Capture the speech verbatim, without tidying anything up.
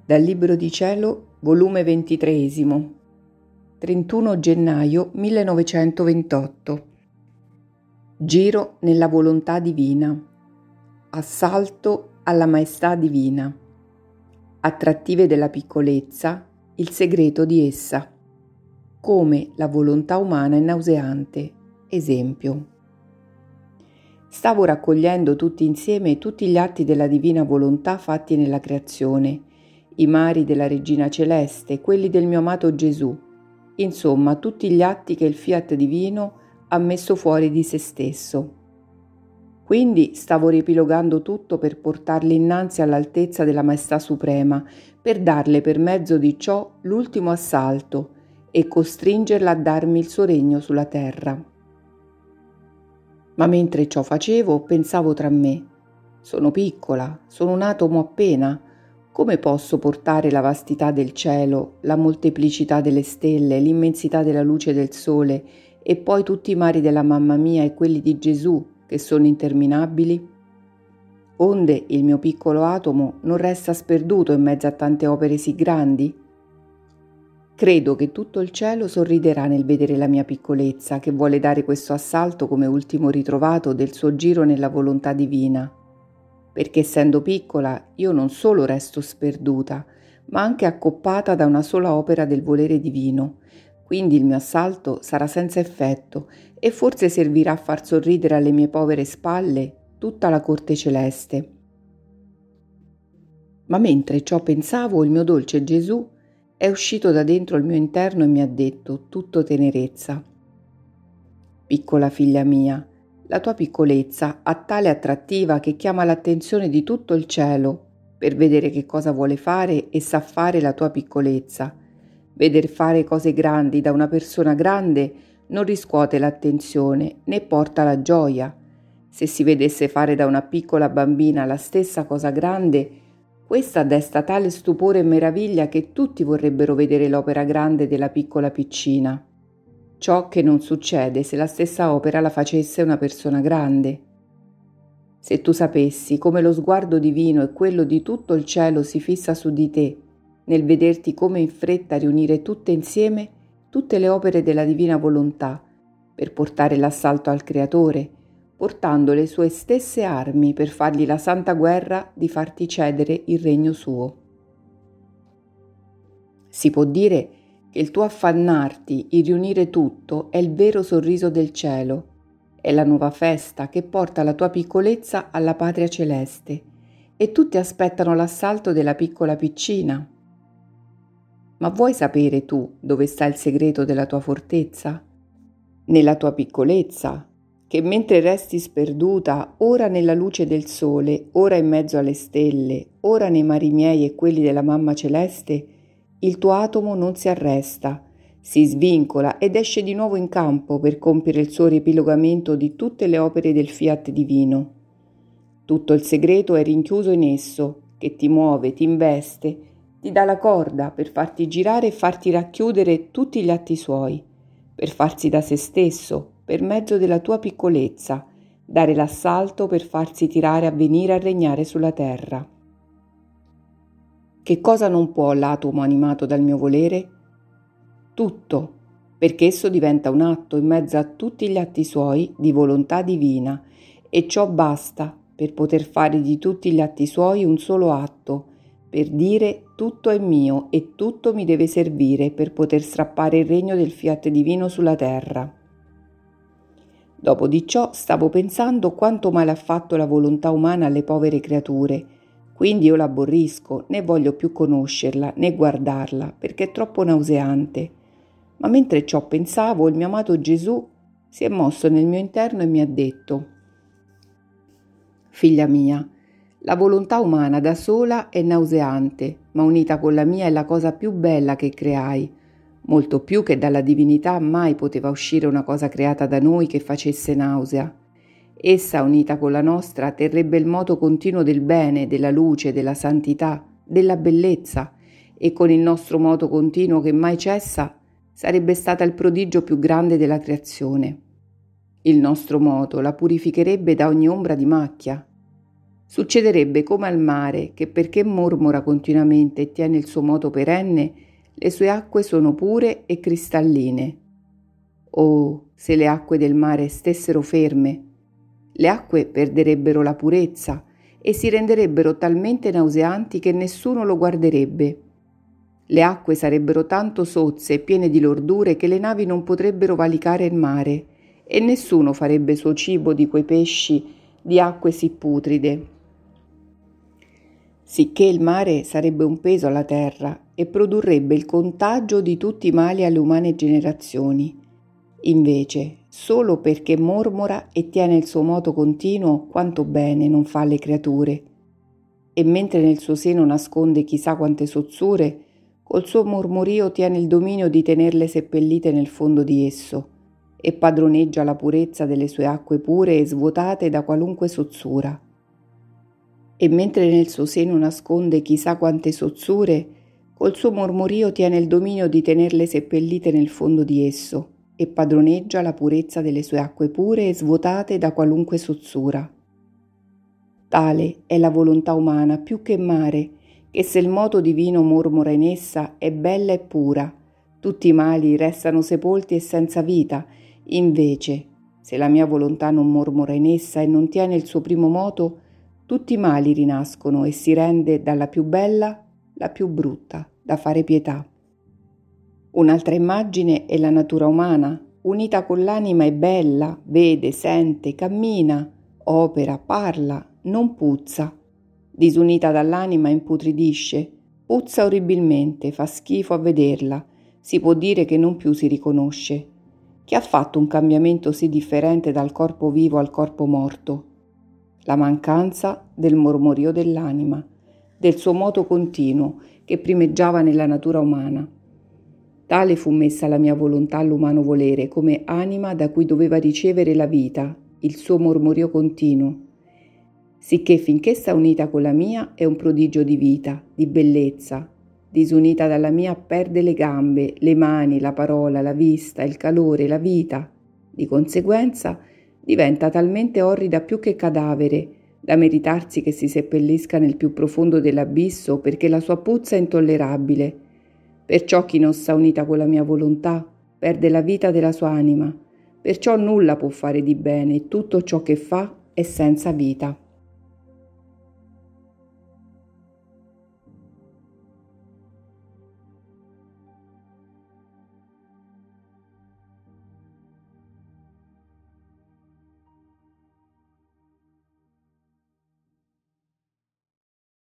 Dal Libro di Cielo, volume ventitreesimo, trentuno gennaio millenovecentoventotto. Giro nella volontà divina. Assalto alla maestà divina. Attrattive della piccolezza, il segreto di essa. Come la volontà umana è nauseante. Esempio. Stavo raccogliendo tutti insieme tutti gli atti della divina volontà fatti nella creazione, i mari della Regina Celeste, quelli del mio amato Gesù, insomma tutti gli atti che il fiat divino ha messo fuori di se stesso. Quindi stavo riepilogando tutto per portarli innanzi all'altezza della Maestà Suprema, per darle per mezzo di ciò l'ultimo assalto e costringerla a darmi il suo regno sulla terra. Ma mentre ciò facevo, pensavo tra me: sono piccola, sono un atomo appena. Come posso portare la vastità del cielo, la molteplicità delle stelle, l'immensità della luce del sole e poi tutti i mari della mamma mia e quelli di Gesù, che sono interminabili? Onde il mio piccolo atomo non resta sperduto in mezzo a tante opere sì grandi? Credo che tutto il cielo sorriderà nel vedere la mia piccolezza, che vuole dare questo assalto come ultimo ritrovato del suo giro nella volontà divina. Perché essendo piccola io non solo resto sperduta, ma anche accoppata da una sola opera del volere divino. Quindi il mio assalto sarà senza effetto e forse servirà a far sorridere alle mie povere spalle tutta la corte celeste. Ma mentre ciò pensavo, il mio dolce Gesù è uscito da dentro il mio interno e mi ha detto, tutto tenerezza: piccola figlia mia, la tua piccolezza ha tale attrattiva che chiama l'attenzione di tutto il cielo per vedere che cosa vuole fare e sa fare la tua piccolezza. Veder fare cose grandi da una persona grande non riscuote l'attenzione né porta la gioia. Se si vedesse fare da una piccola bambina la stessa cosa grande, questa desta tale stupore e meraviglia che tutti vorrebbero vedere l'opera grande della piccola piccina. Ciò che non succede se la stessa opera la facesse una persona grande. Se tu sapessi come lo sguardo divino e quello di tutto il cielo si fissa su di te, nel vederti come in fretta riunire tutte insieme tutte le opere della divina volontà, per portare l'assalto al Creatore, portando le sue stesse armi per fargli la santa guerra di farti cedere il regno suo. Si può dire che il tuo affannarti, il riunire tutto, è il vero sorriso del cielo, è la nuova festa che porta la tua piccolezza alla patria celeste, e tutti aspettano l'assalto della piccola piccina. Ma vuoi sapere tu dove sta il segreto della tua fortezza? Nella tua piccolezza, che mentre resti sperduta, ora nella luce del sole, ora in mezzo alle stelle, ora nei mari miei e quelli della mamma celeste, il tuo atomo non si arresta, si svincola ed esce di nuovo in campo per compiere il suo riepilogamento di tutte le opere del fiat divino. Tutto il segreto è rinchiuso in esso, che ti muove, ti investe, ti dà la corda per farti girare e farti racchiudere tutti gli atti suoi, per farsi da se stesso, per mezzo della tua piccolezza, dare l'assalto per farsi tirare a venire a regnare sulla terra. Che cosa non può l'atomo animato dal mio volere? Tutto, perché esso diventa un atto in mezzo a tutti gli atti suoi di volontà divina, e ciò basta per poter fare di tutti gli atti suoi un solo atto, per dire tutto è mio e tutto mi deve servire per poter strappare il regno del fiat divino sulla terra. Dopo di ciò stavo pensando quanto male ha fatto la volontà umana alle povere creature. Quindi io l'aborrisco, né voglio più conoscerla, né guardarla, perché è troppo nauseante. Ma mentre ciò pensavo, il mio amato Gesù si è mosso nel mio interno e mi ha detto: figlia mia, la volontà umana da sola è nauseante, ma unita con la mia è la cosa più bella che creai, molto più che dalla divinità mai poteva uscire una cosa creata da noi che facesse nausea. Essa, unita con la nostra, terrebbe il moto continuo del bene, della luce, della santità, della bellezza, e con il nostro moto continuo che mai cessa, sarebbe stata il prodigio più grande della creazione. Il nostro moto la purificherebbe da ogni ombra di macchia. Succederebbe come al mare, che perché mormora continuamente e tiene il suo moto perenne, le sue acque sono pure e cristalline. Oh, se le acque del mare stessero ferme! Le acque perderebbero la purezza e si renderebbero talmente nauseanti che nessuno lo guarderebbe. Le acque sarebbero tanto sozze e piene di lordure che le navi non potrebbero valicare il mare e nessuno farebbe suo cibo di quei pesci di acque sì putride. Sicché il mare sarebbe un peso alla terra e produrrebbe il contagio di tutti i mali alle umane generazioni. Invece, solo perché mormora e tiene il suo moto continuo, quanto bene non fa alle creature. E mentre nel suo seno nasconde chissà quante sozzure, col suo mormorio tiene il dominio di tenerle seppellite nel fondo di esso e padroneggia la purezza delle sue acque pure e svuotate da qualunque sozzura. E mentre nel suo seno nasconde chissà quante sozzure, col suo mormorio tiene il dominio di tenerle seppellite nel fondo di esso e padroneggia la purezza delle sue acque pure e svuotate da qualunque sozzura. Tale è la volontà umana più che mare, che se il moto divino mormora in essa è bella e pura, tutti i mali restano sepolti e senza vita. Invece, se la mia volontà non mormora in essa e non tiene il suo primo moto, tutti i mali rinascono e si rende dalla più bella la più brutta, da fare pietà. Un'altra immagine è la natura umana, unita con l'anima è bella, vede, sente, cammina, opera, parla, non puzza. Disunita dall'anima imputridisce, puzza orribilmente, fa schifo a vederla, si può dire che non più si riconosce. Chi ha fatto un cambiamento sì differente dal corpo vivo al corpo morto? La mancanza del mormorio dell'anima, del suo moto continuo che primeggiava nella natura umana. Tale fu messa la mia volontà all'umano volere come anima da cui doveva ricevere la vita, il suo mormorio continuo, sicché finché sta unita con la mia è un prodigio di vita, di bellezza. Disunita dalla mia perde le gambe, le mani, la parola, la vista, il calore, la vita. Di conseguenza diventa talmente orrida più che cadavere, da meritarsi che si seppellisca nel più profondo dell'abisso perché la sua puzza è intollerabile. Perciò chi non sta unita con la mia volontà perde la vita della sua anima, perciò nulla può fare di bene e tutto ciò che fa è senza vita.